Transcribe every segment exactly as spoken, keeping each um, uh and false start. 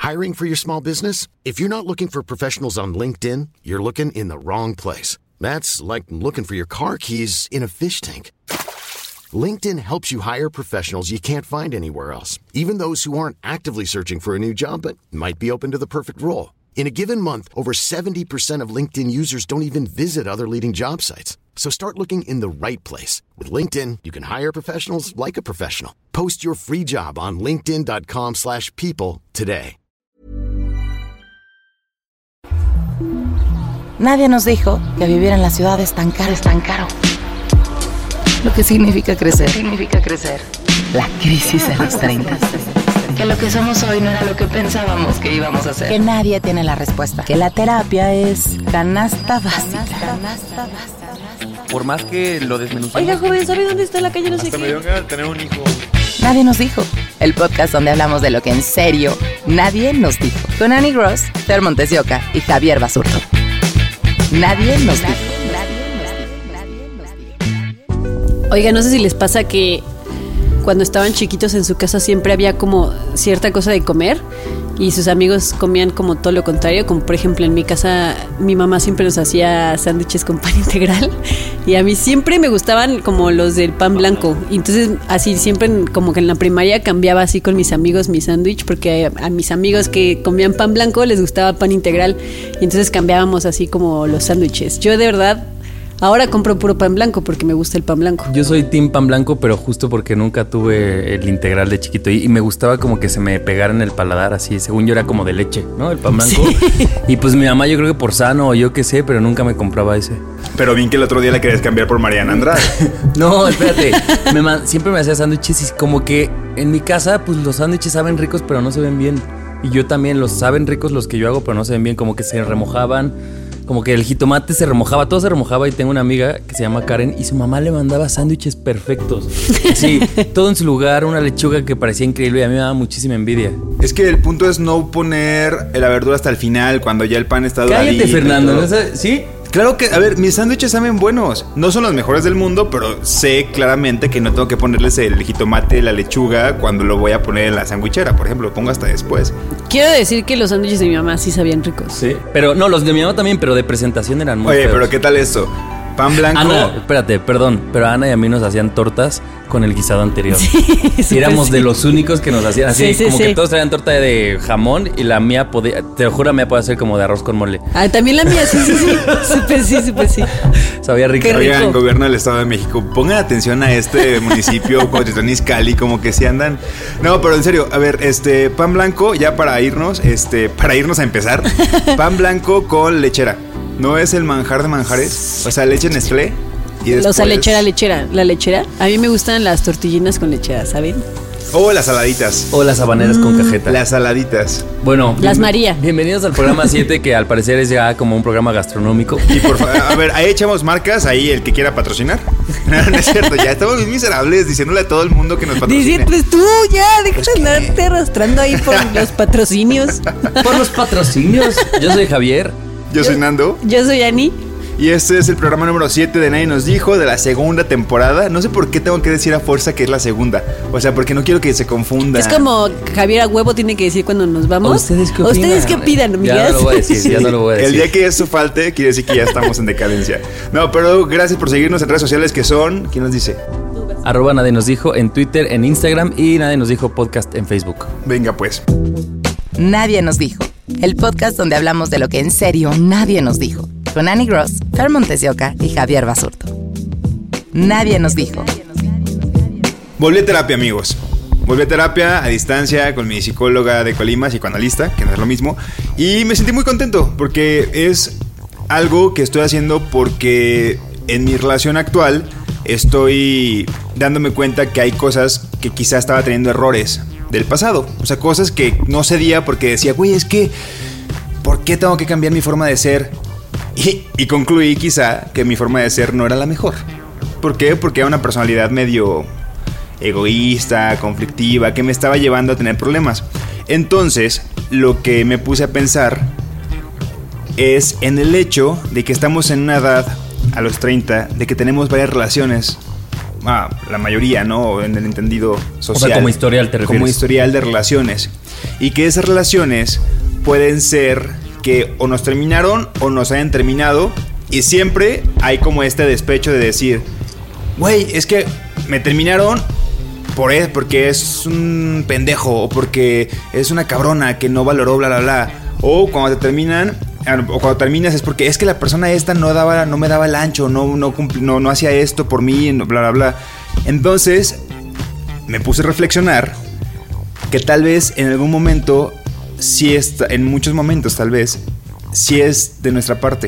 Hiring for your small business? If you're not looking for professionals on LinkedIn, you're looking in the wrong place. That's like looking for your car keys in a fish tank. LinkedIn helps you hire professionals you can't find anywhere else, even those who aren't actively searching for a new job but might be open to the perfect role. In a given month, over seventy percent of LinkedIn users don't even visit other leading job sites. So start looking in the right place. With LinkedIn, you can hire professionals like a professional. Post your free job on linkedin dot com slash people today. Nadie nos dijo que vivir en la ciudad es tan caro, es tan caro. Lo que significa crecer. Significa crecer. La crisis de los treinta. Que lo que somos hoy no era lo que pensábamos que íbamos a hacer. Que nadie tiene la respuesta. Que la terapia es canasta básica. Canasta básica. Por más que lo desmenuzamos. Oiga, joven, ¿sabe dónde está la calle no sé Hasta qué? me dio ganas de tener un hijo. Nadie nos dijo. El podcast donde hablamos de lo que en serio nadie nos dijo. Con Annie Gross, Fer Montes de Oca y Javier Basurto. Nadie nos dijo. Oiga, no sé si les pasa que cuando estaban chiquitos en su casa siempre había como cierta cosa de comer y sus amigos comían como todo lo contrario, como por ejemplo en mi casa mi mamá siempre nos hacía sándwiches con pan integral y a mí siempre me gustaban como los del pan blanco, y entonces así siempre como que en la primaria cambiaba así con mis amigos mi sándwich, porque a, a mis amigos que comían pan blanco les gustaba pan integral y entonces cambiábamos así como los sándwiches. Yo de verdad ahora compro puro pan blanco porque me gusta el pan blanco. Yo soy team pan blanco, pero justo porque nunca tuve el integral de chiquito y, y me gustaba como que se me pegara en el paladar así. Según yo era como de leche, ¿no? El pan blanco. Sí. Y pues mi mamá yo creo que por sano o yo qué sé, pero nunca me compraba ese. Pero bien que el otro día la querías cambiar por Mariana Andrade. No, espérate. me man, siempre me hacía sándwiches y como que en mi casa pues los sándwiches saben ricos pero no se ven bien. Y yo también los saben ricos los que yo hago pero no se ven bien, como que se remojaban. Como que el jitomate se remojaba, todo se remojaba y tengo una amiga que se llama Karen y su mamá le mandaba sándwiches perfectos. Sí, todo en su lugar, una lechuga que parecía increíble y a mí me daba muchísima envidia. Es que el punto es no poner la verdura hasta el final, cuando ya el pan está doradito. Cállate, Fernando, ¿no? ¿Sí? Claro que, a ver, mis sándwiches saben buenos. No son los mejores del mundo, pero sé claramente que no tengo que ponerles el jitomate, la lechuga, cuando lo voy a poner en la sandwichera, por ejemplo. Lo pongo hasta después. Quiero decir que los sándwiches de mi mamá sí sabían ricos. Sí, pero no, los de mi mamá también, pero de presentación eran muy Oye, feos. pero ¿qué tal esto? Pan blanco. Ana, espérate, perdón, pero Ana y a mí nos hacían tortas con el guisado anterior. Sí, y éramos sí. de los únicos que nos hacían así, sí, sí, como sí. que todos traían torta de jamón y la mía podía, te lo juro, la mía puede ser como de arroz con mole. Ah, también la mía, sí, sí, sí. Súper sí, súper sí. Sabía rico. Qué rico. Oigan, gobierno del Estado de México, pongan atención a este municipio, Cuautitlán Izcalli, como que si andan. No, pero en serio, a ver, este pan blanco, ya para irnos, este, para irnos a empezar, pan blanco con lechera. ¿No es el manjar de manjares? O sea, leche Nestlé. Y después... O sea, lechera, lechera. La lechera. A mí me gustan las tortillinas con lechera, ¿saben? O las saladitas. O las habaneras mm. con cajeta. Las saladitas. Bueno, las María. Bienvenidos al programa siete, que al parecer es ya como un programa gastronómico. Y por favor, a ver, ahí echamos marcas, ahí el que quiera patrocinar. No, no es cierto, ya estamos muy miserables diciéndole a todo el mundo que nos patrocine. Dice, pues tú ya, deja de andarte arrastrando ahí por los patrocinios. Por los patrocinios. Yo soy Javier. Yo, yo soy Nando. Yo soy Ani. Y este es el programa número siete de Nadie Nos Dijo, de la segunda temporada. No sé por qué tengo que decir a fuerza que es la segunda. O sea, porque no quiero que se confunda. Es como Javier a huevo tiene que decir cuando nos vamos. ¿Ustedes qué opinan? ¿Ustedes qué opinan, amigas? Ya no lo voy a decir, sí. ya no lo voy a decir. El día que eso falte, quiere decir que ya estamos en decadencia. No, pero gracias por seguirnos en redes sociales que son... ¿Quién nos dice? Arroba Nadie Nos Dijo en Twitter, en Instagram y Nadie Nos Dijo Podcast en Facebook. Venga pues. Nadie Nos Dijo, el podcast donde hablamos de lo que en serio nadie nos dijo. Con Annie Gross, Fer Montes de Oca y Javier Basurto. Nadie nos dijo. Volví a terapia, amigos. Volví a terapia a distancia con mi psicóloga de Colima, psicoanalista, que no es lo mismo. Y me sentí muy contento porque es algo que estoy haciendo porque en mi relación actual estoy dándome cuenta que hay cosas que quizá estaba teniendo errores del pasado. O sea, cosas que no cedía porque decía, güey, es que ¿por qué tengo que cambiar mi forma de ser? Y, y concluí quizá que mi forma de ser no era la mejor. ¿Por qué? Porque era una personalidad medio egoísta, conflictiva, que me estaba llevando a tener problemas. Entonces, lo que me puse a pensar es en el hecho de que estamos en una edad, a los treinta, de que tenemos varias relaciones ah, la mayoría, ¿no? En el entendido social. O sea, como historial te refieres. Como historial de relaciones. Y que esas relaciones pueden ser que o nos terminaron o nos hayan terminado. Y siempre hay como este despecho de decir, güey, es que me terminaron por él, porque es un pendejo, o porque es una cabrona que no valoró, bla, bla, bla. O cuando te terminan, o cuando terminas es porque es que la persona esta no daba, no me daba el ancho, no, no, cumpl- no, no hacía esto por mí, bla, bla, bla. Entonces me puse a reflexionar que tal vez en algún momento, sí está, en muchos momentos tal vez, sí es de nuestra parte.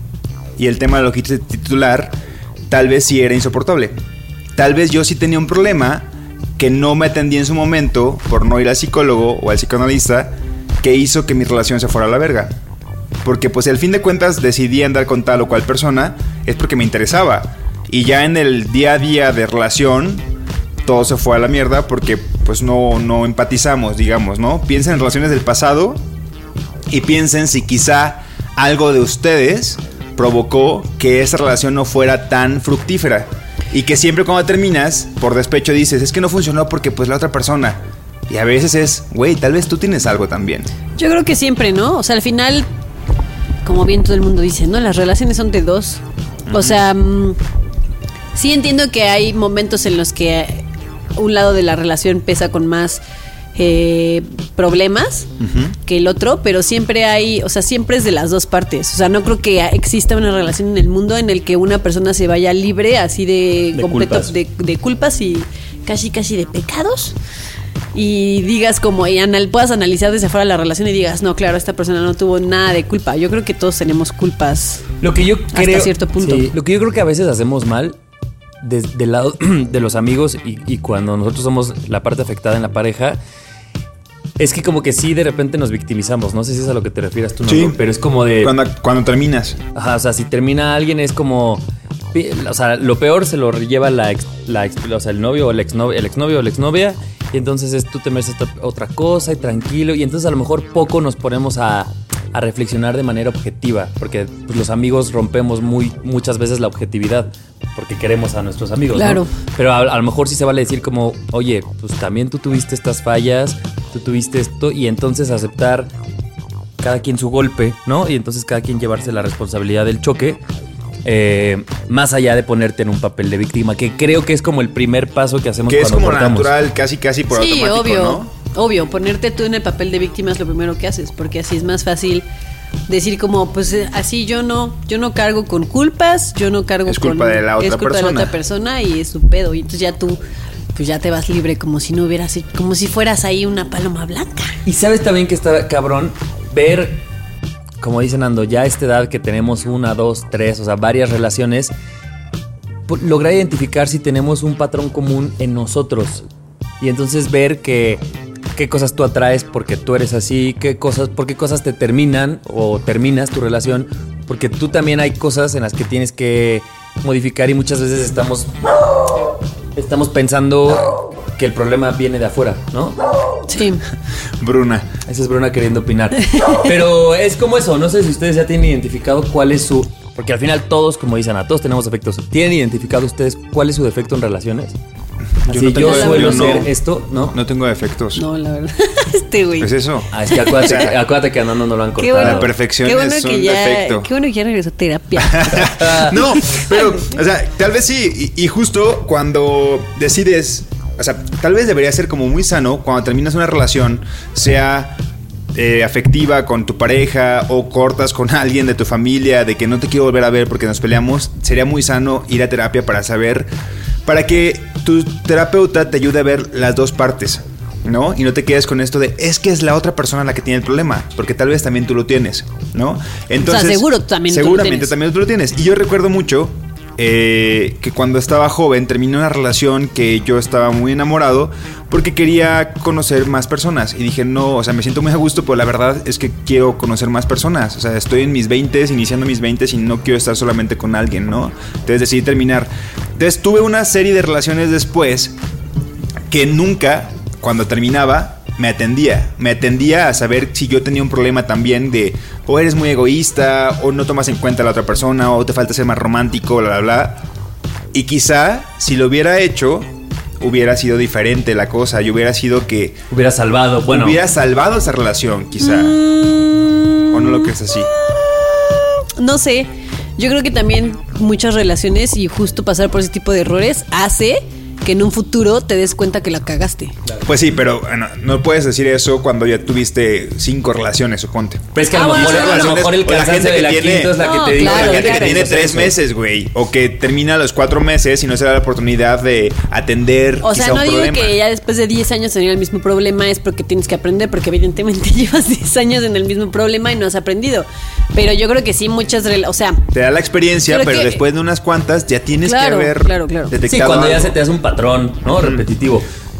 Y el tema de lo que quise titular, tal vez sí era insoportable. Tal vez yo sí tenía un problema que no me atendí en su momento por no ir al psicólogo o al psicoanalista, que hizo que mi relación se fuera a la verga. Porque pues al fin de cuentas decidí andar con tal o cual persona es porque me interesaba. Y ya en el día a día de relación todo se fue a la mierda porque pues no, no empatizamos, digamos, ¿no? Piensen en relaciones del pasado y piensen si quizá algo de ustedes provocó que esa relación no fuera tan fructífera. Y que siempre cuando terminas, por despecho dices, es que no funcionó porque pues la otra persona. Y a veces es, güey, tal vez tú tienes algo también. Yo creo que siempre, ¿no? O sea, al final, como bien todo el mundo dice, ¿no? Las relaciones son de dos. Uh-huh. O sea, mmm, sí entiendo que hay momentos en los que un lado de la relación pesa con más eh, problemas uh-huh. que el otro, pero siempre hay, o sea, siempre es de las dos partes. O sea, no creo que exista una relación en el mundo en el que una persona se vaya libre así de, de completo culpas. De, de culpas y casi casi de pecados. Y digas como, y anal, puedas analizar desde afuera la relación y digas, no, claro, esta persona no tuvo nada de culpa. Yo creo que todos tenemos culpas. Lo que yo hasta creo, cierto punto. Sí, lo que yo creo que a veces hacemos mal desde el lado de los amigos y, y cuando nosotros somos la parte afectada en la pareja, es que como que sí de repente nos victimizamos. No sé si es a lo que te refieres tú, sí, no, pero es como de... Cuando, cuando terminas. Ajá, o sea, si termina alguien es como... O sea, lo peor se lo lleva la, ex, la ex, o sea, el novio o el exnovio, el exnovio o la exnovia. Y entonces es, tú te mereces otra cosa y tranquilo. Y entonces a lo mejor poco nos ponemos a, a reflexionar de manera objetiva. Porque pues, los amigos rompemos muy, muchas veces la objetividad. Porque queremos a nuestros amigos, claro. ¿no? Pero a, a lo mejor sí se vale decir como, oye, pues también tú tuviste estas fallas, tú tuviste esto. Y entonces aceptar cada quien su golpe, ¿no? Y entonces cada quien llevarse la responsabilidad del choque. Eh, más allá de ponerte en un papel de víctima, que creo que es como el primer paso que hacemos que cuando cortamos. Que es como natural, casi casi por sí, automático, obvio, ¿no? Obvio, ponerte tú en el papel de víctima es lo primero que haces, porque así es más fácil decir como, pues así yo no, yo no cargo con culpas, yo no cargo es con... culpa de la otra es culpa persona. de la otra persona y es su pedo, y entonces ya tú, pues ya te vas libre como si no hubieras, como si fueras ahí una paloma blanca. Y sabes también que está cabrón ver... Como dicen Ando, ya a esta edad que tenemos una, dos, tres, o sea, varias relaciones, lograr identificar si tenemos un patrón común en nosotros. Y entonces ver que qué cosas tú atraes porque tú eres así, qué cosas, por qué cosas te terminan o terminas tu relación, porque tú también hay cosas en las que tienes que modificar y muchas veces estamos, estamos pensando que el problema viene de afuera, ¿no? Sí. Bruna. Esa es Bruna queriendo opinar. Pero es como eso, no sé si ustedes ya tienen identificado cuál es su... Porque al final todos, como dicen, a todos tenemos defectos. ¿Tienen identificado ustedes cuál es su defecto en relaciones? Así, yo no tengo, yo suelo yo ser no, esto, ¿no? No tengo defectos. No, la verdad. Este güey. ¿Es eso? Ah, es que acuérdate, o sea, que, acuérdate que a Nando no lo han cortado. Bueno, la perfección bueno es un que ya, defecto. Qué bueno que ya regresó a terapia. No, pero, o sea, tal vez sí. Y, y justo cuando decides... O sea, tal vez debería ser como muy sano cuando terminas una relación, sea eh, afectiva con tu pareja o cortas con alguien de tu familia, de que no te quiero volver a ver porque nos peleamos. Sería muy sano ir a terapia para saber, para que tu terapeuta te ayude a ver las dos partes, ¿no? Y no te quedes con esto de, es que es la otra persona la que tiene el problema, porque tal vez también tú lo tienes, ¿no? Entonces, o sea, seguro también tú lo seguramente tienes. también tú lo tienes. Y yo recuerdo mucho... Eh, que cuando estaba joven terminé una relación que yo estaba muy enamorado porque quería conocer más personas y dije no, o sea, me siento muy a gusto, pero la verdad es que quiero conocer más personas, o sea, estoy en mis veintes, iniciando mis veintes y no quiero estar solamente con alguien, ¿no? Entonces decidí terminar. Entonces tuve una serie de relaciones después que nunca, cuando terminaba, me atendía, me atendía a saber si yo tenía un problema también de o eres muy egoísta, o no tomas en cuenta a la otra persona, o te falta ser más romántico, bla, bla, bla. Y quizá, si lo hubiera hecho, hubiera sido diferente la cosa. Y hubiera sido que... Hubiera salvado, bueno. Hubiera salvado esa relación, quizá. Mm, ¿O no lo crees así? No sé. Yo creo que también muchas relaciones y justo pasar por ese tipo de errores hace que en un futuro te des cuenta que la cagaste. Pues sí, pero bueno, no puedes decir eso cuando ya tuviste cinco relaciones, suponte. Pero es que a lo Ah, mejor, bueno, a lo mejor el o la gente cansancio que de la tiene- quinta es la que No, te digo. claro, La gente claro. que tiene tres meses, güey, o que termina los cuatro meses y no se da la oportunidad de atender O sea, quizá no un digo problema. que ya después de diez años tener el mismo problema es porque tienes que aprender, porque evidentemente llevas diez años en el mismo problema y no has aprendido. Pero yo creo que sí, muchas... rela- O sea, Te da la experiencia, Creo pero que- después de unas cuantas ya tienes Claro, que haber claro, claro. detectado Sí, cuando ya algo. se te hace un patrón, ¿no? Repetitivo.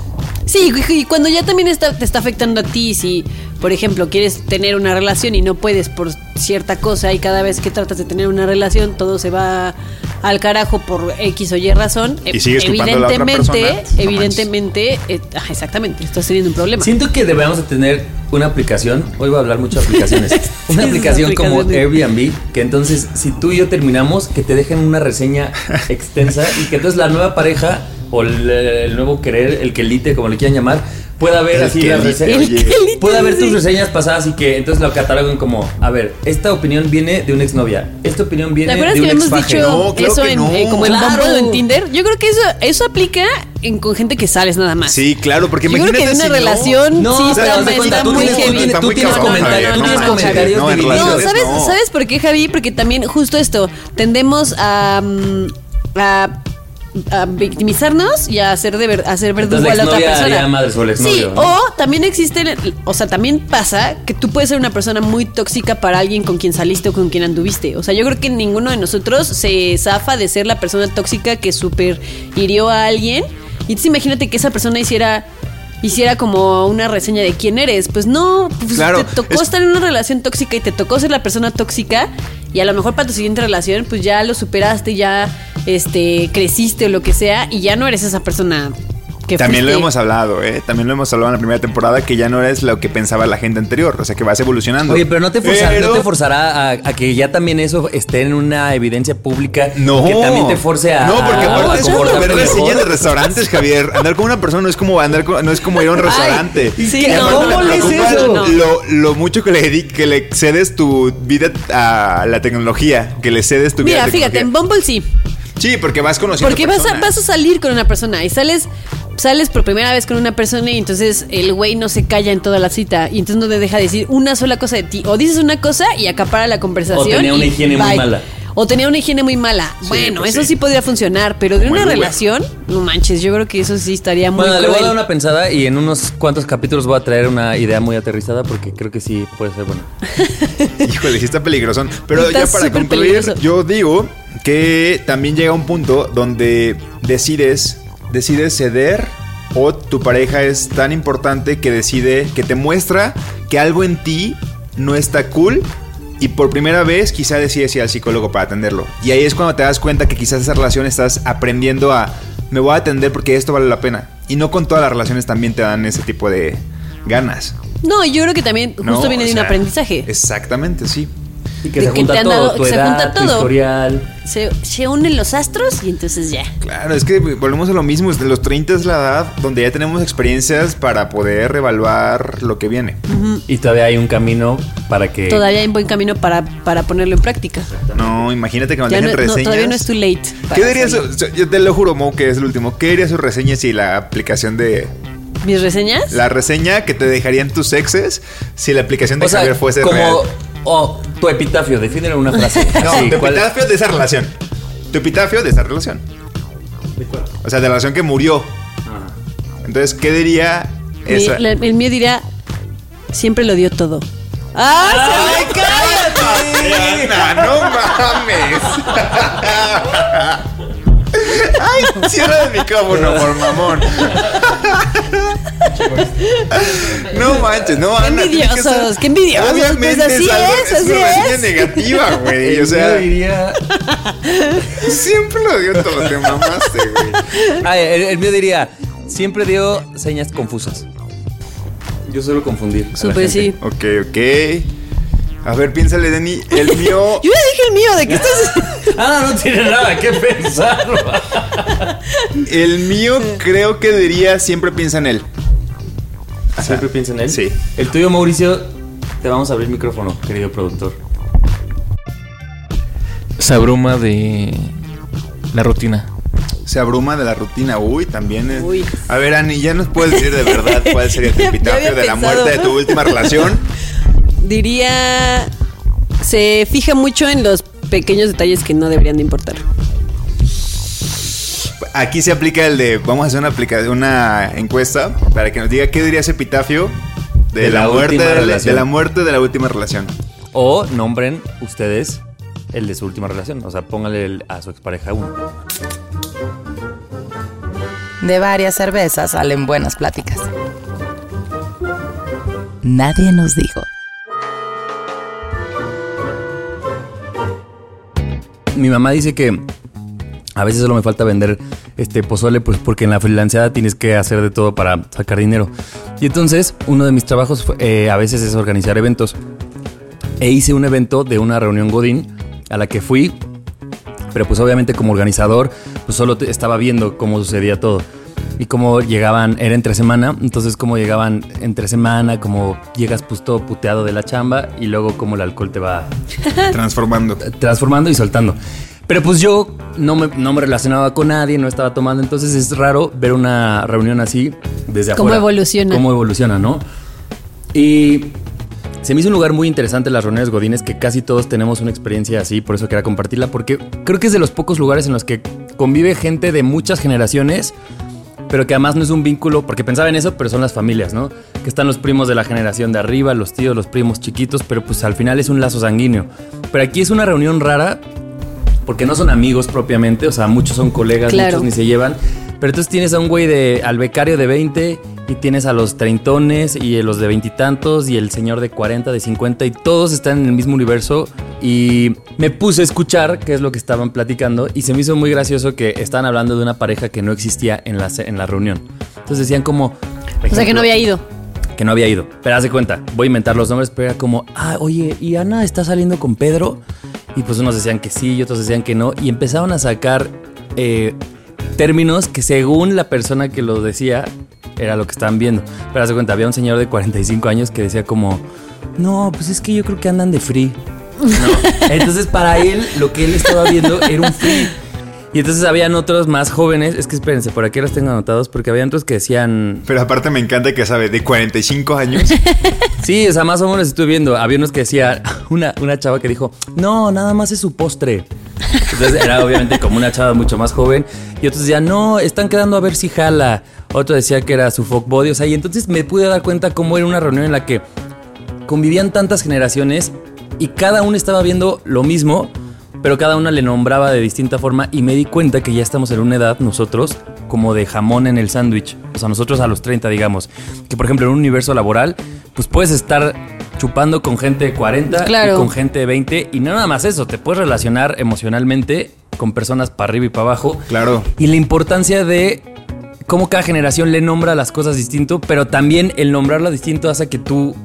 sí, y y cuando ya también está, te está afectando a ti, si, por ejemplo, quieres tener una relación y no puedes por cierta cosa y cada vez que tratas de tener una relación todo se va al carajo por X o Y razón, Y sigues culpando a la otra evidentemente, persona, pues, no evidentemente, eh, ajá, exactamente, estás teniendo un problema. Siento que debemos de tener una aplicación. Hoy voy a hablar mucho de aplicaciones. Una Sí, aplicación esas como aplicaciones. Airbnb, que entonces si tú y yo terminamos, que te dejen una reseña extensa y que entonces la nueva pareja o el, el nuevo querer, el quelite, como le quieran llamar, pueda ver El así las quelite, reseñas. oye. quelite, Pueda ver tus sí. reseñas pasadas y que entonces lo cataloguen como, a ver, esta opinión viene de una exnovia, esta opinión ¿Te viene acuerdas de que un hemos expaje. dicho No, claro eso que en, no. eh, como en Claro. Bumble o en Tinder? Yo creo que eso, eso aplica en, con gente que sales nada más. Sí, claro, porque Yo creo imagínate que en una si no- relación No, sí pero está, haz de cuenta, está tú muy tienes- heavy. está tú muy tienes cabrón, comentarios, Javier, tú no tienes manches. comentarios No, en divididos. No, relaciones ¿sabes, no. ¿sabes por qué, Javi? Porque también justo esto, tendemos a, mm, a, a victimizarnos y a hacer, de ver, a hacer verdugo Entonces, a la la otra exnovia persona. haría madre sobre el Sí, exnovio, ¿no? o también existen, o sea, también pasa que tú puedes ser una persona muy tóxica para alguien con quien saliste o con quien anduviste. O sea, yo creo que ninguno de nosotros se zafa de ser la persona tóxica que súper hirió a alguien. Y entonces imagínate que esa persona hiciera... Hiciera como una reseña de quién eres. Pues no, pues Claro, te tocó es- estar en una relación tóxica y te tocó ser la persona tóxica. Y a lo mejor para tu siguiente relación, pues ya lo superaste, ya este creciste o lo que sea, y ya no eres esa persona que También lo fuiste. hemos hablado, ¿eh? También lo hemos hablado en la primera temporada, que ya no eres lo que pensaba la gente anterior. O sea, que vas evolucionando. Oye, pero no te, forza- Pero- no te forzará a, a que ya también eso esté en una evidencia pública. No. Que también te force a. No, porque a- a aparte es como comportarte ver mejor. reseñas de restaurantes, Javier. Andar con una persona no es como andar con- no es como ir a un restaurante. sí, Y no, aparte ¿cómo me le es preocupa eso? No. Lo, lo mucho que le, di- que le cedes tu vida a la tecnología. Que le cedes tu vida Mira, a la fíjate, en tecnología. Bumble sí. Sí, porque vas conociendo Porque vas a, personas. vas a salir con una persona y sales, sales por primera vez con una persona y entonces el güey no se calla en toda la cita y entonces no te deja decir una sola cosa de ti. O dices una cosa y acapara la conversación. O tenía una y higiene muy bye. mala. O tenía una higiene muy mala. Sí, bueno, pues eso sí. sí. podría funcionar, pero de Como una el Uber. relación, no manches, yo creo que eso sí estaría muy Bueno, le voy a cruel. dar una pensada y en unos cuantos capítulos voy a traer una idea muy aterrizada porque creo que sí puede ser buena. Híjole, sí está peligrosón. Pero Está ya para súper concluir, peligroso. yo digo que también llega un punto donde decides, decides ceder, o tu pareja es tan importante que decide, que te muestra que algo en ti no está cool. Y por primera vez quizá decides ir al psicólogo para atenderlo. Y ahí es cuando te das cuenta que quizás esa relación estás aprendiendo a... Me voy a atender porque esto vale la pena. Y no con todas las relaciones también te dan ese tipo de ganas. No, yo creo que también justo ¿no? viene O de un sea, aprendize. Exactamente, sí. Y que De se que junta te han todo, dado- tu se edad, junta tu todo. historial. Se, se unen los astros y entonces ya. Claro, es que volvemos a lo mismo. Desde los treinta es la edad donde ya tenemos experiencias para poder evaluar lo que viene. Y todavía hay un camino para que... Todavía hay un buen camino para, para ponerlo en práctica. No, imagínate que nos Ya dejen no, no, reseñas. todavía no es too late. para ¿Qué diría su, hacerlo. su- yo te lo juro, Mo, que es el último. ¿Qué diría su reseña si la aplicación de... ¿Mis reseñas? La reseña que te dejarían tus exes si la aplicación de O sea, Javier fuese como... real? O tu epitafio, defínelo en una frase. No, Así, tu ¿cuál- epitafio de esa relación. Tu epitafio de esa relación. O sea, de la relación que murió. Entonces, ¿qué diría Mi- esa? la- el mío diría, siempre lo dio todo. ¡Ah! ¡Ay, cállate! Mariana, no mames. Ay, cierra el micrófono, por mamón. No manches, no, ¡Qué Ana. tiene que envidiosos! ser- ¡Qué envidiosos! Obviamente Pues así es, algo- es, es así una reseña es. negativa, güey. El O sea, mío diría... siempre lo dio todo, te mamaste, güey. Ah, el, el mío diría, siempre dio señas confusas. Yo suelo confundir. a la Súper gente. sí. Ok, ok. A ver, piénsale, Denny. El mío... Yo ya dije el mío, ¿de qué estás...? Ah, no tiene nada que pensar. El mío creo que diría siempre piensa en él. ¿Siempre piensa en él? Sí. El tuyo, Mauricio, te vamos a abrir micrófono, querido productor. Se abruma de la rutina. Se abruma de la rutina. Uy, también es... Uy. A ver, Ani, ¿ya nos puedes decir de verdad cuál sería tu Ya- ya epitafio había de la pensado. muerte de tu última relación? Diría... Se fija mucho en los pequeños detalles que no deberían de importar. Aquí se aplica el de... Vamos a hacer una, aplica- una encuesta para que nos diga qué diría ese epitafio de, De la, la muerte última de, la, relación. de la muerte de la última relación. O nombren ustedes el de su última relación. O sea, póngale el- a su expareja uno. De varias cervezas salen buenas pláticas. Nadie nos dijo. Mi mamá dice que a veces solo me falta vender este pozole, pues porque en la freelanceada tienes que hacer de todo para sacar dinero. Y entonces, uno de mis trabajos fue, eh, a veces es organizar eventos. E hice un evento de una reunión Godín a la que fui, pero pues obviamente como organizador, pues solo te- estaba viendo cómo sucedía todo. Y cómo llegaban, era entre semana, entonces cómo llegaban entre semana, como llegas pues todo puteado de la chamba y luego cómo el alcohol te va Transformando. transformando y soltando. Pero pues yo no me, no me relacionaba con nadie, no estaba tomando, entonces es raro ver una reunión así desde ¿Cómo afuera. evoluciona? Cómo evoluciona, ¿no? Y se me hizo un lugar muy interesante las reuniones godines, que casi todos tenemos una experiencia así, por eso quería compartirla, porque creo que es de los pocos lugares en los que convive gente de muchas generaciones, pero que además no es un vínculo, porque pensaba en eso, pero son las familias, ¿no? Que están los primos de la generación de arriba, los tíos, los primos chiquitos, pero pues al final es un lazo sanguíneo. Pero aquí es una reunión rara, porque no son amigos propiamente, o sea, muchos son colegas, Claro. muchos ni se llevan. Pero entonces tienes a un güey de, al becario de veinte, y tienes a los treintones, y a los de veintitantos, y el señor de cuarenta, de cincuenta, y todos están en el mismo universo. Y me puse a escuchar qué es lo que estaban platicando, y se me hizo muy gracioso que estaban hablando de una pareja que no existía en la, en la reunión. Entonces decían como... por O sea, que no ejemplo, había ido. que no había ido. Pero haz de cuenta, voy a inventar los nombres, pero era como, ah, oye, ¿y Ana está saliendo con Pedro? Y pues unos decían que sí y otros decían que no. Y empezaron a sacar eh, términos que según la persona que lo decía, era lo que estaban viendo. Pero haz de cuenta, había un señor de cuarenta y cinco años que decía como, no, pues es que yo creo que andan de free. ¿No? Entonces para él, lo que él estaba viendo era un free. Y entonces habían otros más jóvenes. Es que espérense, por aquí los tengo anotados, porque había otros que decían... Pero aparte me encanta que sabe, de cuarenta y cinco años. Sí, o sea, más o menos estuve viendo. Había unos que decía, una, una chava que dijo, no, nada más es su postre. Entonces era obviamente como una chava mucho más joven. Y otros decían, no, están quedando a ver si jala. Otro decía que era su fuck body. O sea, y entonces me pude dar cuenta cómo era una reunión en la que convivían tantas generaciones y cada uno estaba viendo lo mismo, pero cada una le nombraba de distinta forma. Y me di cuenta que ya estamos en una edad, nosotros, como de jamón en el sándwich. O sea, nosotros a los treinta, digamos. Que, por ejemplo, en un universo laboral, pues puedes estar chupando con gente de cuarenta Claro. y con gente de veinte. Y no nada más eso, te puedes relacionar emocionalmente con personas para arriba y para abajo. Claro. Y la importancia de cómo cada generación le nombra las cosas distinto, pero también el nombrarlas distinto hace que tú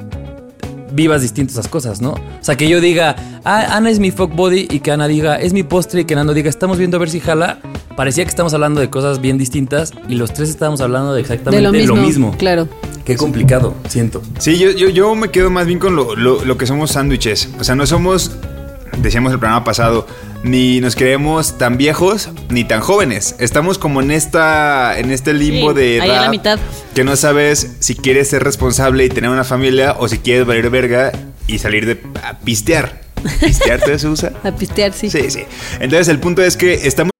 vivas distinto esas cosas, ¿no? O sea, que yo diga, ah, Ana es mi fuck body, y que Ana diga, es mi postre, y que Nando diga, estamos viendo a ver si jala. Parecía que estamos hablando de cosas bien distintas y los tres estábamos hablando de exactamente De lo mismo, lo mismo. claro. Qué complicado, siento. Sí, yo, yo, yo me quedo más bien con lo, lo, lo que somos sándwiches. O sea, no somos, decíamos el programa pasado, ni nos creemos tan viejos ni tan jóvenes. Estamos como en esta en este limbo Sí, de edad ahí a la mitad. que no sabes si quieres ser responsable y tener una familia o si quieres valer verga y salir de a pistear. ¿Pistear todavía se usa? A pistear, sí. Sí, sí. Entonces el punto es que estamos...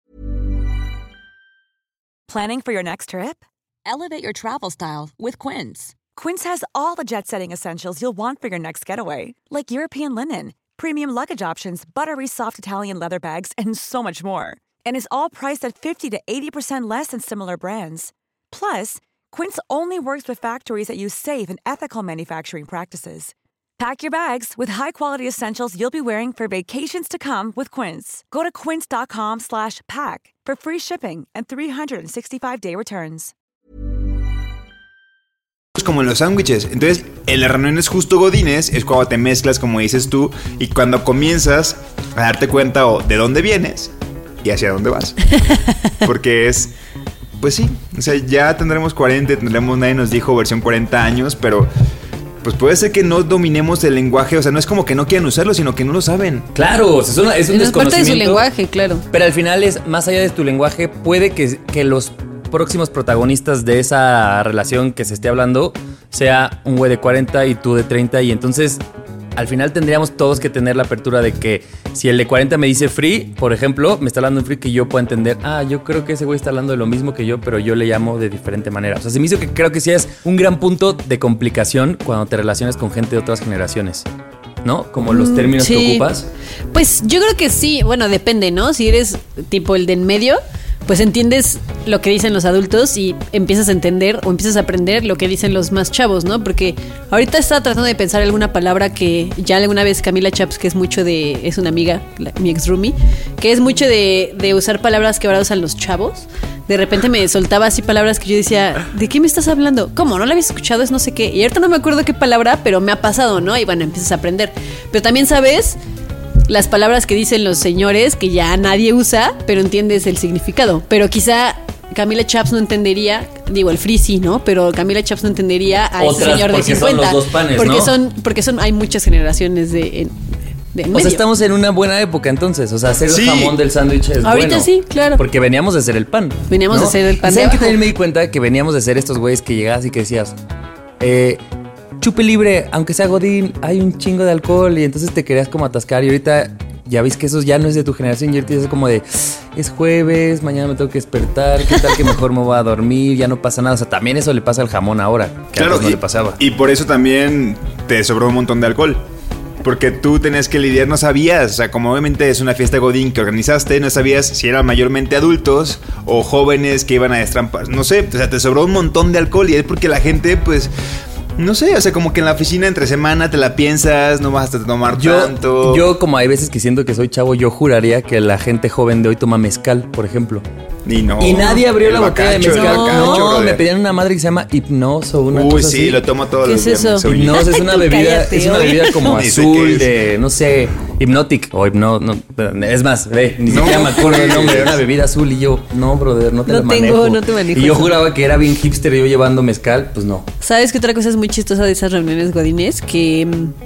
Planning for your next trip? Elevate your travel style with Quince. Quince has all the jet-setting essentials you'll want for your next getaway, like European linen, premium luggage options, buttery soft Italian leather bags, and so much more. And is all priced at fifty to eighty percent less than similar brands. Plus, Quince only works with factories that use safe and ethical manufacturing practices. Pack your bags with high-quality essentials you'll be wearing for vacations to come with Quince. Go to quince.com slash pack for free shipping and three hundred sixty-five day returns. como en los sándwiches. Entonces, en las reuniones justo godines es cuando te mezclas, como dices tú, y cuando comienzas a darte cuenta o de dónde vienes y hacia dónde vas. Porque es, pues sí, o sea, ya tendremos cuarenta, tendremos, nadie nos dijo versión cuarenta años, pero pues puede ser que no dominemos el lenguaje, o sea, no es como que no quieran usarlo, sino que no lo saben. Claro, o sea, es, una, es un Es parte de su desconocimiento. lenguaje, claro. Pero al final es, más allá de tu lenguaje, puede que, que los próximos protagonistas de esa relación que se esté hablando sea un güey de cuarenta y tú de treinta, y entonces al final tendríamos todos que tener la apertura de que si el de cuarenta me dice free, por ejemplo, me está hablando en free, que yo pueda entender, ah, yo creo que ese güey está hablando de lo mismo que yo, pero yo le llamo de diferente manera. O sea, se me hizo que creo que sí es un gran punto de complicación cuando te relacionas con gente de otras generaciones, ¿no? Como los términos Sí. que ocupas. Pues yo creo que sí, bueno, depende, ¿no? Si eres tipo el de en medio, pues entiendes lo que dicen los adultos y empiezas a entender o empiezas a aprender lo que dicen los más chavos, ¿no? Porque ahorita estaba tratando de pensar alguna palabra que ya alguna vez Camila Chaps, que es mucho de, es una amiga, la- mi ex roomie, que es mucho de, de usar palabras que ahora usan los chavos. De repente me soltaba así palabras que yo decía, ¿de qué me estás hablando? ¿Cómo? ¿No la habías escuchado? Es no sé qué. Y ahorita no me acuerdo qué palabra, pero me ha pasado, ¿no? Y bueno, empiezas a aprender. Pero también sabes las palabras que dicen los señores que ya nadie usa, pero entiendes el significado. Pero quizá Camila Chaps no entendería, digo, el free sí, ¿no? Pero Camila Chaps no entendería a ese Otras, señor de porque son cincuenta. los dos panes, porque ¿no? son, porque son, hay muchas generaciones de, en- de en O medio. sea, estamos en una buena época entonces. O sea, hacer Sí. el jamón del sándwich es Ahorita bueno. sí, claro. Porque veníamos de hacer el pan. Veníamos ¿no? de hacer el pan ¿Y de ¿Saben que abajo? también me di cuenta que veníamos de ser estos güeyes que llegabas y que decías, eh, chupe libre, aunque sea godín, hay un chingo de alcohol, y entonces te querías como atascar, y ahorita ya ves que eso ya no es de tu generación, y ahorita es como de, es jueves, mañana me tengo que despertar, qué tal que mejor me voy a dormir, ya no pasa nada. O sea, también eso le pasa al jamón ahora, que Claro, antes no y, le pasaba. y por eso también te sobró un montón de alcohol. Porque tú tenías que lidiar, no sabías, o sea, como obviamente es una fiesta godín que organizaste, no sabías si eran mayormente adultos o jóvenes que iban a destrampar, no sé, o sea, te sobró un montón de alcohol, y es porque la gente, pues, no sé, o sea, como que en la oficina entre semana te la piensas, no vas a tomar Yo, tanto. yo, como hay veces que siento que soy chavo, yo juraría que la gente joven de hoy toma mezcal, por ejemplo. Y no. Y nadie abrió El la botella de bacacho, el mezcal. bacacho, No, brother. me pedían una madre que se llama Hipnos o una Uy, cosa sí, así. lo tomo todos ¿Qué los es días. eso? soy- Hipnos es una Tú bebida, cállate, es una oye. bebida como Ni sé azul qué es. de, no sé, Hypnotic o Hipno, no, es más, ve, ni No. siquiera me acuerdo el nombre, era una bebida azul, y yo, no, brother, no te No la tengo, manejo. no te manejo Y yo eso. juraba que era bien hipster yo llevando mezcal, pues no. ¿Sabes qué otra cosa es muy chistosa de esas reuniones godines? Que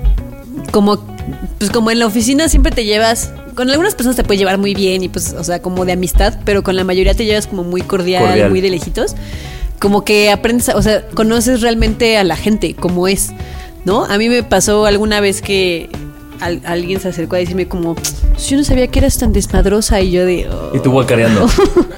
mm, como, pues como en la oficina siempre te llevas, con algunas personas te puedes llevar muy bien y pues, o sea, como de amistad, pero con la mayoría te llevas como muy cordial, Cordial. muy de lejitos. Como que aprendes, a- o sea, conoces realmente a la gente como es, ¿no? A mí me pasó alguna vez que al- alguien se acercó a decirme como, yo no sabía que eras tan desmadrosa, y yo de... "Oh". Y tú guacareando.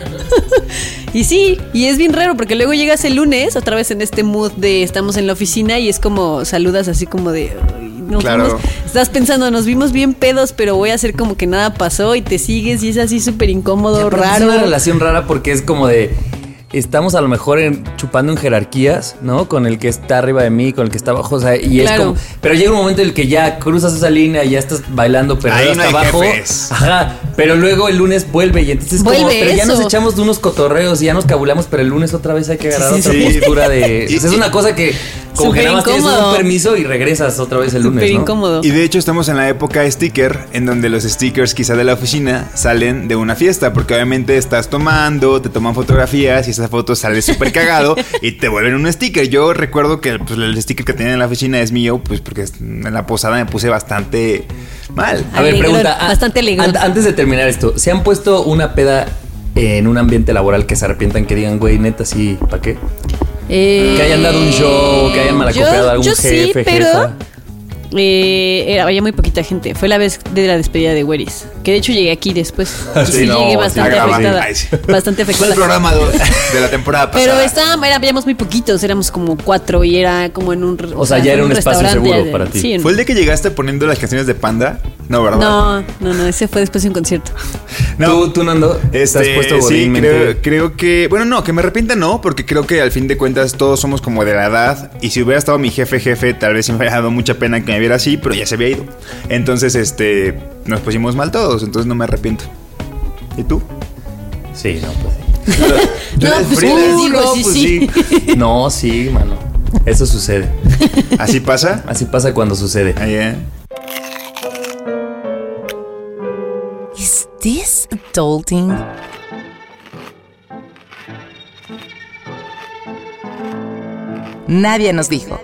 Y sí, y es bien raro porque luego llegas el lunes otra vez en este mood de estamos en la oficina y es como saludas así como de "Ay, nos Claro. vimos", estás pensando, nos vimos bien pedos, pero voy a hacer como que nada pasó, y te sigues y es así súper incómodo, Aparte raro. Es una relación rara porque es como de. Estamos a lo mejor en- chupando en jerarquías, ¿no? Con el que está arriba de mí, con el que está abajo, o sea, y Claro. es como. Pero llega un momento en el que ya cruzas esa línea y ya estás bailando, pero Ahí hasta no hay abajo. jefes. Ajá. Pero luego el lunes vuelve y entonces como. Vuelve Pero ya eso. nos echamos de unos cotorreos y ya nos cabulamos, pero el lunes otra vez hay que agarrar Sí, sí, otra sí. postura de. O sea, es una cosa que. Como que Súper nada más tienes incómodo. un permiso y regresas otra vez el lunes. Súper ¿no? incómodo. Y de hecho estamos en la época sticker, en donde los stickers quizá de la oficina salen de una fiesta, porque obviamente estás tomando, te toman fotografías y esa foto sale súper cagado y te vuelven un sticker. Yo recuerdo que pues, el sticker que tenía en la oficina es mío, pues porque en la posada me puse bastante mal. A ver, Alegrón, pregunta. ah, bastante alegrón. an- Antes de terminar esto, ¿se han puesto una peda en un ambiente laboral que se arrepientan, que digan, güey, neta, sí, ¿para qué? Eh, Que hayan dado un show, que hayan malacopeado yo- a algún yo sí, jefe, pero jefa. eh, era, había muy poquita gente. Fue la vez de la despedida de Weris, que de hecho llegué aquí después. Y Sí, sí, no, llegué sí, bastante a grabar. afectada. Ay, sí. Bastante Fue afectada. el programa dos de la temporada pasada. Pero estaba, era, habíamos muy poquitos, éramos como cuatro y era como en un... O sea, ya fue era en un espacio restaurante, seguro ya- para ti. Sí, en- ¿Fue el de que llegaste poniendo las canciones de Panda? No, ¿verdad? No, no, no, ese fue después de un concierto. No. ¿Tú, tú, Nando, Este, ¿te has puesto sí, godínmente? creo, creo que... Bueno, no, que me arrepienta no, porque creo que al fin de cuentas todos somos como de la edad. Y si hubiera estado mi jefe, jefe, tal vez me hubiera dado mucha pena que me viera así, pero ya se había ido. Entonces, este... Nos pusimos mal todos, entonces no me arrepiento. ¿Y tú? Sí, no, pues sí. No, eres pues, freelance. ¿cómo digo? Sí, sí. No, sí, mano. Eso sucede. ¿Así pasa? Así pasa cuando sucede. Ah, yeah. Is this adulting? Nadie nos dijo.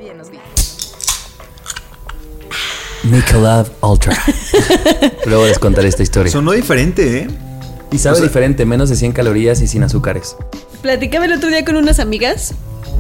Michelob Ultra. Luego les contaré esta historia. Sonó diferente, ¿eh? Y sabe o sea, diferente, menos de cien calorías y sin azúcares. Platicaba el otro día con unas amigas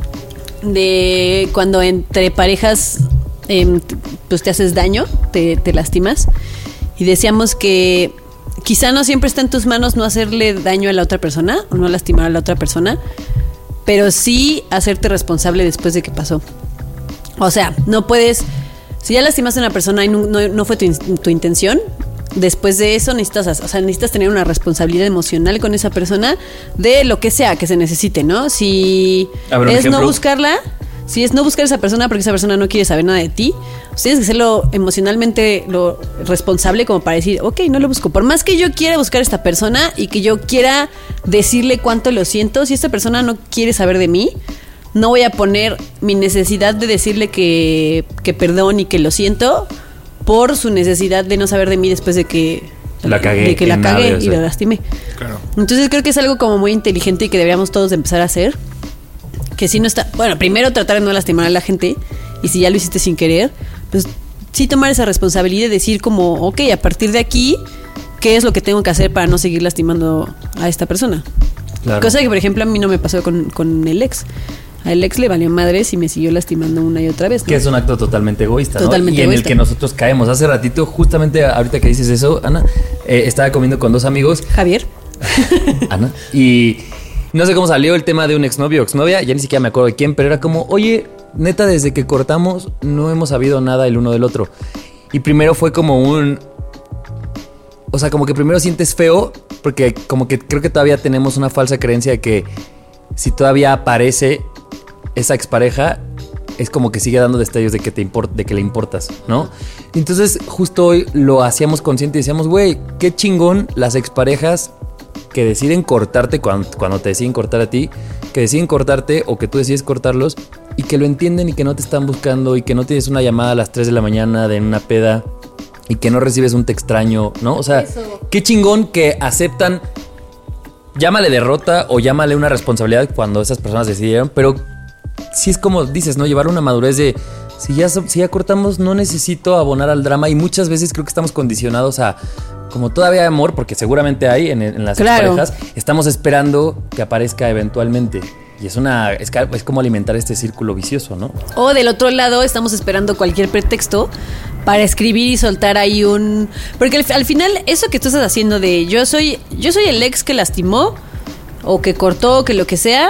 de cuando entre parejas eh, pues te haces daño, te, te lastimas. Y decíamos que quizá no siempre está en tus manos no hacerle daño a la otra persona o no lastimar a la otra persona, pero sí hacerte responsable después de que pasó. O sea, no puedes... Si ya lastimaste a una persona y no, no, no fue tu, tu intención, después de eso necesitas, o sea, necesitas tener una responsabilidad emocional con esa persona de lo que sea que se necesite, ¿no? Si es no buscarla, si es no buscar a esa persona porque esa persona no quiere saber nada de ti, pues tienes que serlo emocionalmente lo responsable como para decir, ok, no lo busco. Por más que yo quiera buscar a esta persona y que yo quiera decirle cuánto lo siento, si esta persona no quiere saber de mí, no voy a poner mi necesidad de decirle que, que perdón y que lo siento por su necesidad de no saber de mí después de que la cagué, de que la cagué nada, y la lastimé. Claro. Entonces creo que es algo como muy inteligente y que deberíamos todos empezar a hacer. Que si no está... Bueno, primero tratar de no lastimar a la gente. Y si ya lo hiciste sin querer, pues sí tomar esa responsabilidad y decir como, ok, a partir de aquí, ¿qué es lo que tengo que hacer para no seguir lastimando a esta persona? Claro. Cosa que, por ejemplo, a mí no me pasó con, con el ex. Al ex le valió madres y me siguió lastimando una y otra vez, ¿no? Que es un acto totalmente egoísta, ¿no? Totalmente y en egoísta. el que nosotros caemos. Hace ratito, justamente ahorita que dices eso, Ana, eh, estaba comiendo con dos amigos. Javier. Ana. Y no sé cómo salió el tema de un exnovio o exnovia, ya ni siquiera me acuerdo de quién, pero era como, oye, neta, desde que cortamos no hemos sabido nada el uno del otro. Y primero fue como un... O sea, como que primero sientes feo, porque como que creo que todavía tenemos una falsa creencia de que si todavía aparece esa expareja, es como que sigue dando destellos de que te import, de que le importas, ¿no? Entonces, justo hoy lo hacíamos consciente y decíamos, güey, qué chingón las exparejas que deciden cortarte cuando, cuando te deciden cortar a ti, que deciden cortarte o que tú decides cortarlos y que lo entienden y que no te están buscando y que no tienes una llamada a las tres de la mañana de una peda y que no recibes un te extraño, ¿no? O sea, eso. Qué chingón que aceptan, llámale derrota o llámale una responsabilidad cuando esas personas decidieron, pero sí es como dices, ¿no? Llevar una madurez de si ya, si ya cortamos, no necesito abonar al drama. Y muchas veces creo que estamos condicionados a, como todavía hay amor, porque seguramente hay en, en las claro. parejas, estamos esperando que aparezca eventualmente. Y es una es, es como alimentar este círculo vicioso, ¿no? O del otro lado estamos esperando cualquier pretexto para escribir y soltar ahí un... Porque al, al final eso que tú estás haciendo de yo soy, yo soy el ex que lastimó o que cortó o que lo que sea...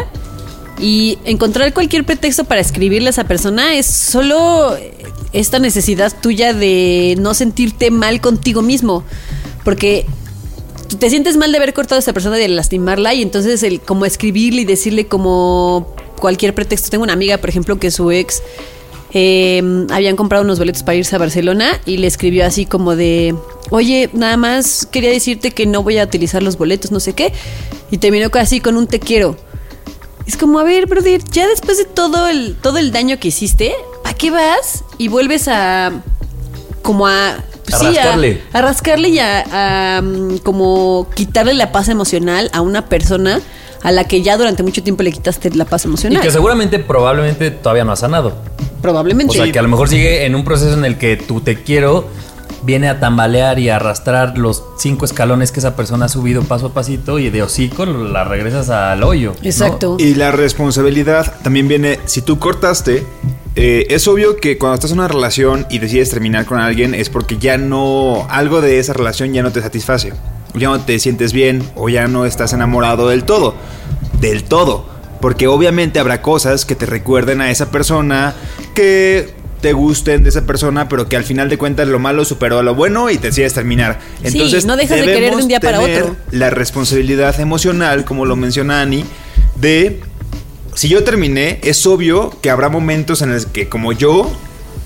Y encontrar cualquier pretexto para escribirle a esa persona es solo esta necesidad tuya de no sentirte mal contigo mismo. Porque te sientes mal de haber cortado a esta persona, de lastimarla, y entonces el como escribirle y decirle como cualquier pretexto. Tengo una amiga, por ejemplo, que su ex eh, habían comprado unos boletos para irse a Barcelona y le escribió así como de, oye, nada más quería decirte que no voy a utilizar los boletos, no sé qué. Y terminó así con un te quiero. Es como, a ver, brother, ya después de todo el, todo el daño que hiciste, ¿a qué vas? Y vuelves a... Como a... Pues a sí, rascarle. A, a rascarle y a, a... Como quitarle la paz emocional a una persona a la que ya durante mucho tiempo le quitaste la paz emocional. Y que seguramente, probablemente, todavía no ha sanado. Probablemente. O sea, que a lo mejor sigue en un proceso en el que tu te quiero viene a tambalear y a arrastrar los cinco escalones que esa persona ha subido paso a pasito y de hocico la regresas al hoyo, ¿no? Exacto. Y la responsabilidad también viene, si tú cortaste, eh, es obvio que cuando estás en una relación y decides terminar con alguien es porque ya no, algo de esa relación ya no te satisface, ya no te sientes bien o ya no estás enamorado del todo, del todo, porque obviamente habrá cosas que te recuerden a esa persona, que te gusten de esa persona, pero que al final de cuentas lo malo superó a lo bueno y te decides terminar. Entonces, sí, no dejas de querer de un día para otro. La responsabilidad emocional, como lo menciona Ani, de si yo terminé, es obvio que habrá momentos en los que como yo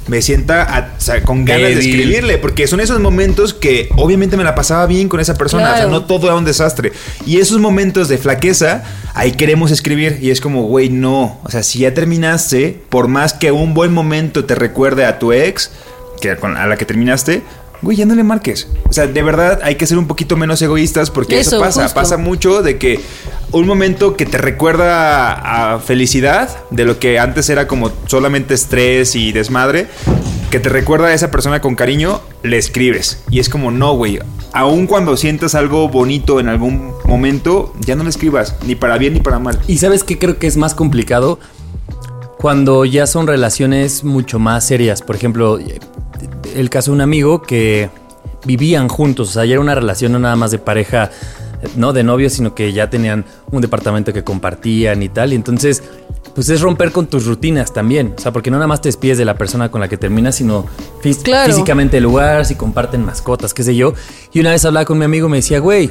me sienta a, o sea, con ganas Débil. de escribirle, porque son esos momentos que obviamente me la pasaba bien con esa persona, Claro. o sea, no todo era un desastre. Y esos momentos de flaqueza, ahí queremos escribir y es como, güey, no, o sea, si ya terminaste, por más que un buen momento te recuerde a tu ex, que con, a la que terminaste, güey, ya no le marques. O sea, de verdad hay que ser un poquito menos egoístas porque eso, Eso, pasa. justo. Pasa mucho de que un momento que te recuerda a, a felicidad, de lo que antes era como solamente estrés y desmadre, que te recuerda a esa persona con cariño, le escribes. Y es como, no, güey, aun cuando sientas algo bonito en algún momento, ya no le escribas, ni para bien ni para mal. ¿Y sabes qué creo que es más complicado? Cuando ya son relaciones mucho más serias. Por ejemplo, el caso de un amigo que vivían juntos. O sea, ya era una relación no nada más de pareja, no de novios, sino que ya tenían un departamento que compartían y tal. Y entonces, pues es romper con tus rutinas también. O sea, porque no nada más te despides de la persona con la que terminas, sino fí- Claro. físicamente el lugar, si comparten mascotas, qué sé yo. Y una vez hablaba con mi amigo y me decía, güey,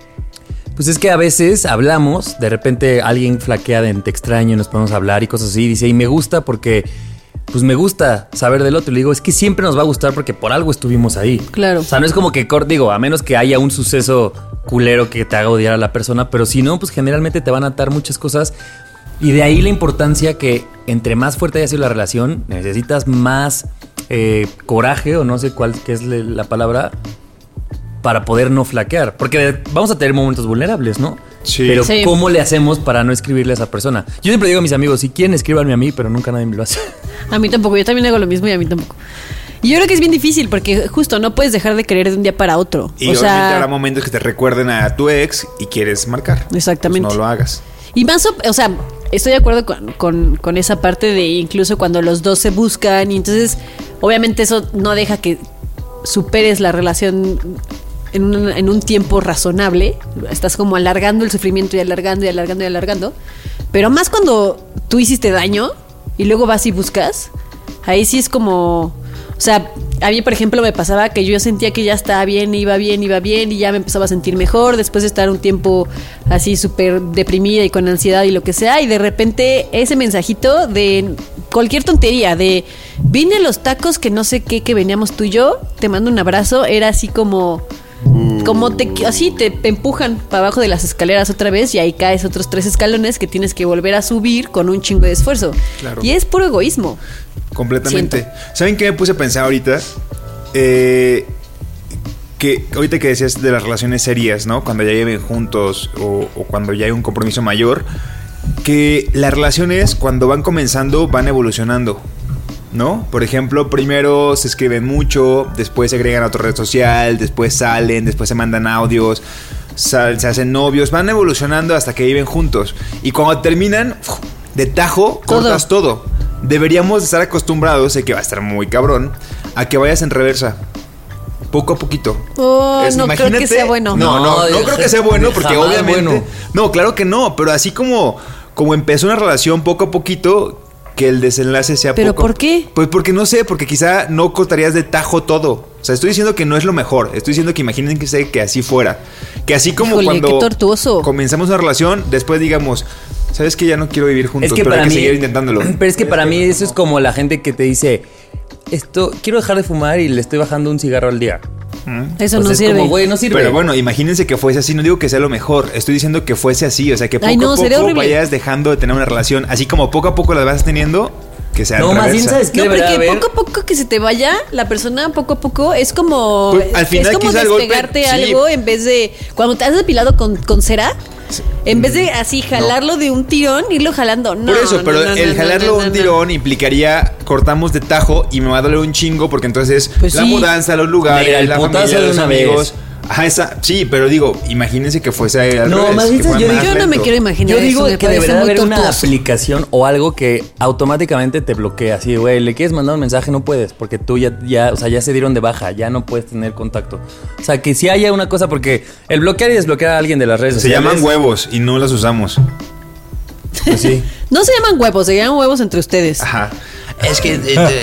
pues es que a veces hablamos, de repente alguien flaquea de te extraño y nos podemos hablar y cosas así. Dice, y me gusta porque, pues me gusta saber del otro. Le digo, es que siempre nos va a gustar porque por algo estuvimos ahí. Claro. O sea, no es como que, cor- digo, a menos que haya un suceso culero que te haga odiar a la persona, pero si no, pues generalmente te van a atar muchas cosas. Y de ahí la importancia que entre más fuerte haya sido la relación, necesitas más eh, coraje, o no sé cuál qué es le- la palabra, para poder no flaquear. Porque vamos a tener momentos vulnerables, ¿no? Sí. Pero Sí. ¿cómo le hacemos para no escribirle a esa persona? Yo siempre digo a mis amigos, si quieren, escríbanme a mí, pero nunca nadie me lo hace. A mí tampoco, yo también hago lo mismo y a mí tampoco. Y yo creo que es bien difícil porque justo no puedes dejar de querer de un día para otro. Y o obviamente sea, habrá momentos que te recuerden a tu ex y quieres marcar. Exactamente. Pues no lo hagas. y más, o, o sea, estoy de acuerdo con, con, con esa parte de incluso cuando los dos se buscan y entonces obviamente eso no deja que superes la relación en un, en un tiempo razonable. Estás como alargando el sufrimiento y alargando y alargando y alargando. Pero más cuando tú hiciste daño y luego vas y buscas, ahí sí es como... O sea, a mí, por ejemplo, me pasaba que yo sentía que ya estaba bien, iba bien, iba bien y ya me empezaba a sentir mejor después de estar un tiempo así súper deprimida y con ansiedad y lo que sea. Y de repente ese mensajito de cualquier tontería, de vine a los tacos que no sé qué, que veníamos tú y yo, te mando un abrazo, era así como... Como te, así te empujan para abajo de las escaleras otra vez y ahí caes otros tres escalones que tienes que volver a subir con un chingo de esfuerzo. Claro. Y es puro egoísmo. Completamente. Siento. ¿Saben qué me puse a pensar ahorita? Eh, que ahorita que decías de las relaciones serias, ¿no? Cuando ya lleven juntos o, o cuando ya hay un compromiso mayor, que las relaciones cuando van comenzando van evolucionando, ¿no? Por ejemplo, primero se escriben mucho, después se agregan a otra red social, después salen, después se mandan audios, sal- se hacen novios, van evolucionando hasta que viven juntos. Y cuando terminan, de tajo, Todo. cortas todo. Deberíamos estar acostumbrados, sé que va a estar muy cabrón, a que vayas en reversa. Poco a poquito. Oh, Es- no creo que sea bueno. No, no, no, No, creo que sea bueno porque jamás obviamente... bueno. No, claro que no, pero así como, como empezó una relación poco a poquito, que el desenlace sea ¿Pero poco. por qué? Pues porque no sé, porque quizá no cortarías de tajo todo. O sea, estoy diciendo que no es lo mejor. Estoy diciendo que imaginen que, sé que así fuera. Que así como Híjole, cuando qué tortuoso. comenzamos una relación, después digamos, ¿sabes que ya no quiero vivir juntos? Es que pero para hay que mí, seguir intentándolo. Pero es que para mí eso es como la gente que te dice, esto quiero dejar de fumar y le estoy bajando un cigarro al día. Eso Pues no es sirve. como, güey, no sirve. Pero bueno, imagínense que fuese así. No digo que sea lo mejor. Estoy diciendo que fuese así. O sea, que poco Ay, no, a sería poco horrible. vayas dejando de tener una relación. Así como poco a poco las vas teniendo, que sea No, en más bien, reversa. ¿sabes qué No, debería porque haber? poco a poco que se te vaya la persona, poco a poco, es como, Pues, al final es como quizá el golpe- despegarte sí. algo en vez de, cuando te has depilado con, con cera, en vez de así jalarlo de un tirón, irlo jalando. No, Por eso, no, pero no, no, el no, jalarlo no, un no, tirón implicaría cortamos de tajo y me va a doler un chingo porque entonces Pues la sí. mudanza, los lugares, Mira, el la putazo familia, de los una amigos. vez. Ajá, esa, sí, pero digo, imagínense que fuese al No, revés, más bien, que fuera yo más digo- Yo no me lento. quiero imaginar Yo digo eso, me que parece debería muy haber una tortuoso. aplicación o algo que automáticamente te bloquea. Así, güey, le quieres mandar un mensaje, no puedes, porque tú ya, ya, o sea, ya se dieron de baja, ya no puedes tener contacto. O sea, que si haya una cosa, porque el bloquear y desbloquear a alguien de las redes Se sociales. llaman huevos y no las usamos. Pues sí. No se llaman huevos, se llaman huevos entre ustedes. Ajá. Es que...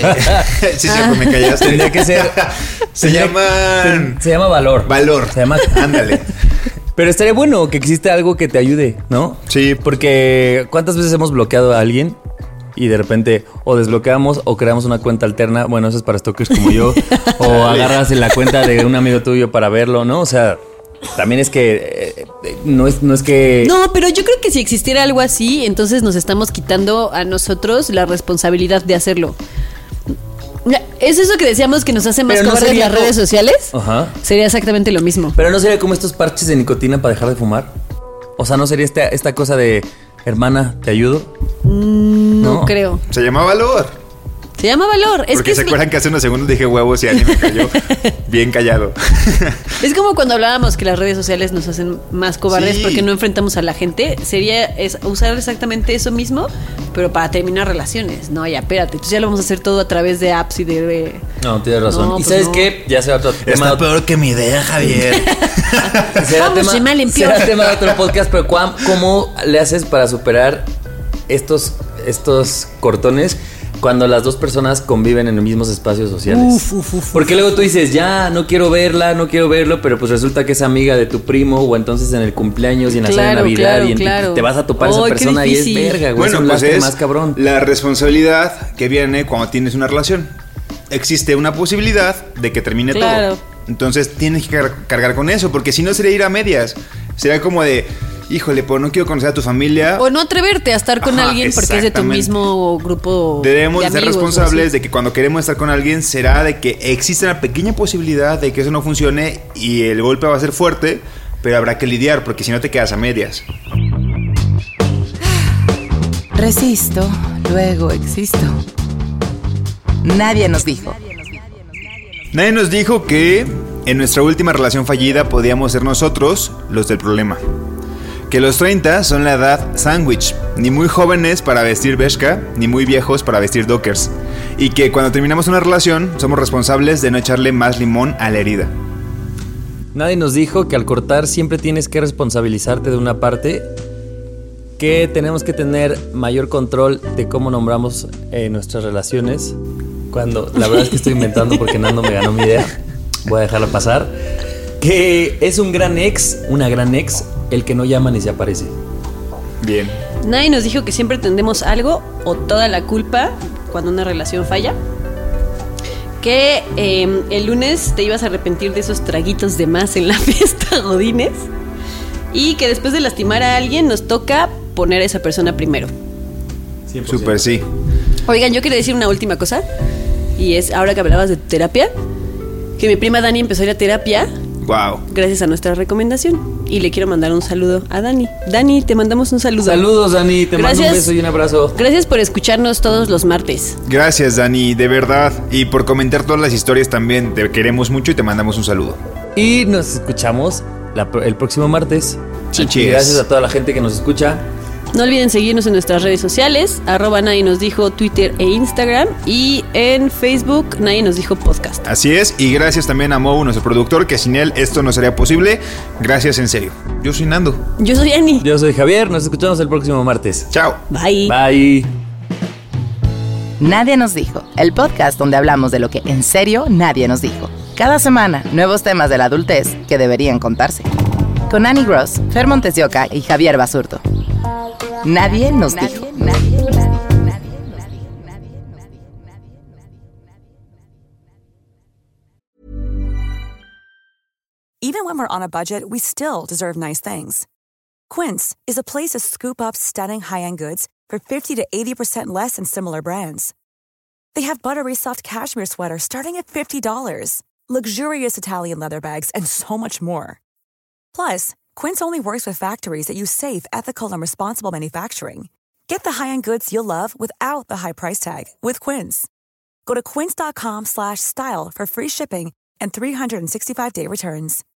sí, sí, pues me callaste. Tendría que ser. Se tendría- llaman... Se llama valor. Valor. Se llama. Ándale. Pero estaría bueno que existe algo que te ayude, ¿no? Sí. Porque ¿cuántas veces hemos bloqueado a alguien y de repente o desbloqueamos o creamos una cuenta alterna. Bueno, eso es para stalkers como yo. O agarras la cuenta de un amigo tuyo para verlo, ¿no? O sea, también es que eh, no es, no es que... No, pero yo creo que si existiera algo así, entonces nos estamos quitando a nosotros la responsabilidad de hacerlo. ¿Es eso que decíamos que nos hace más Pero no cobardes sería las como- redes sociales? Ajá. Sería exactamente lo mismo. Pero no sería como estos parches de nicotina para dejar de fumar. O sea, no sería esta, esta cosa de, hermana, ¿te ayudo? No, No. creo. Se llama valor. Se llama valor. Es Porque que se es, acuerdan que hace unos segundos dije huevos y Ani me cayó bien callado. es como cuando hablábamos que las redes sociales nos hacen más cobardes Sí. porque no enfrentamos a la gente. Sería es usar exactamente eso mismo, pero para terminar relaciones. No, ya, espérate. Entonces ya lo vamos a hacer todo a través de apps y de... de- No, tienes razón. No, ¿Y pues sabes no. qué? Ya será otro tema. Está peor que mi idea, Javier. Será Vamos de mal en peor. será tema de otro podcast, pero ¿cuán- ¿cómo le haces para superar estos, estos cortones cuando las dos personas conviven en los mismos espacios sociales? Uf, uf, uf, Porque luego tú dices, ya, no quiero verla, no quiero verlo, pero pues resulta que es amiga de tu primo o entonces en el cumpleaños y en la cena de Claro, Navidad claro, y en- claro. te vas a topar a esa Ay, qué persona y es difícil. verga, güey. Bueno, es un pues lastre es más cabrón. la responsabilidad que viene cuando tienes una relación. Existe una posibilidad de que termine Claro. todo. Entonces tienes que car- cargar con eso, porque si no sería ir a medias. Sería como de, híjole, pero no quiero conocer a tu familia. O no atreverte a estar con Ajá, alguien porque es de tu exactamente. mismo grupo. Debemos de ser amigos, responsables o así. de que cuando queremos estar con alguien será de que existe una pequeña posibilidad de que eso no funcione y el golpe va a ser fuerte, pero habrá que lidiar porque si no te quedas a medias. Resisto, luego existo. Nadie nos dijo. Nadie nos dijo que en nuestra última relación fallida podíamos ser nosotros los del problema. Que los treinta son la edad sándwich, ni muy jóvenes para vestir Bershka, ni muy viejos para vestir Dockers. Y que cuando terminamos una relación somos responsables de no echarle más limón a la herida. Nadie nos dijo que al cortar siempre tienes que responsabilizarte de una parte, que tenemos que tener mayor control de cómo nombramos eh, nuestras relaciones. Cuando la verdad es que estoy inventando porque Nando me ganó mi idea, voy a dejarla pasar. Que es un gran ex, una gran ex, el que no llama ni se aparece. Bien. Nadie nos dijo que siempre tendemos algo o toda la culpa cuando una relación falla. Que eh, el lunes te ibas a arrepentir de esos traguitos de más en la fiesta Godines. Y que después de lastimar a alguien nos toca poner a esa persona primero. Súper sí. Oigan, yo quería decir una última cosa. Y es, ahora que hablabas de terapia, que mi prima Dani empezó a ir a terapia Wow. gracias a nuestra recomendación. Y le quiero mandar un saludo a Dani. Dani, te mandamos un saludo. Saludos, Dani, te mando un Gracias. beso y un abrazo. Gracias por escucharnos todos los martes. Gracias, Dani, de verdad. Y por comentar todas las historias también. Te queremos mucho y te mandamos un saludo. Y nos escuchamos la pro- el próximo martes. Sí. Y gracias a toda la gente que nos escucha. No olviden seguirnos en nuestras redes sociales, arroba Nadie Nos Dijo, Twitter e Instagram, y en Facebook Nadie Nos Dijo Podcast. Así es, y gracias también a Mou, nuestro productor, que sin él esto no sería posible. Gracias en serio. Yo soy Nando. Yo soy Ani. Yo soy Javier, nos escuchamos el próximo martes. Chao. Bye. Bye. Nadie nos dijo, el podcast donde hablamos de lo que en serio nadie nos dijo. Cada semana, nuevos temas de la adultez que deberían contarse. Con Annie Gross, Fer Montes de Oca y Javier Basurto. Nadie nos dijo. Even when we're on a budget, we still deserve nice things. Quince is a place to scoop up stunning high-end goods for fifty to eighty percent less than similar brands. They have buttery soft cashmere sweaters starting at fifty dollars, luxurious Italian leather bags, and so much more. Plus, Quince only works with factories that use safe, ethical, and responsible manufacturing. Get the high-end goods you'll love without the high price tag with Quince. Go to quince.com slash style for free shipping and three sixty-five day returns.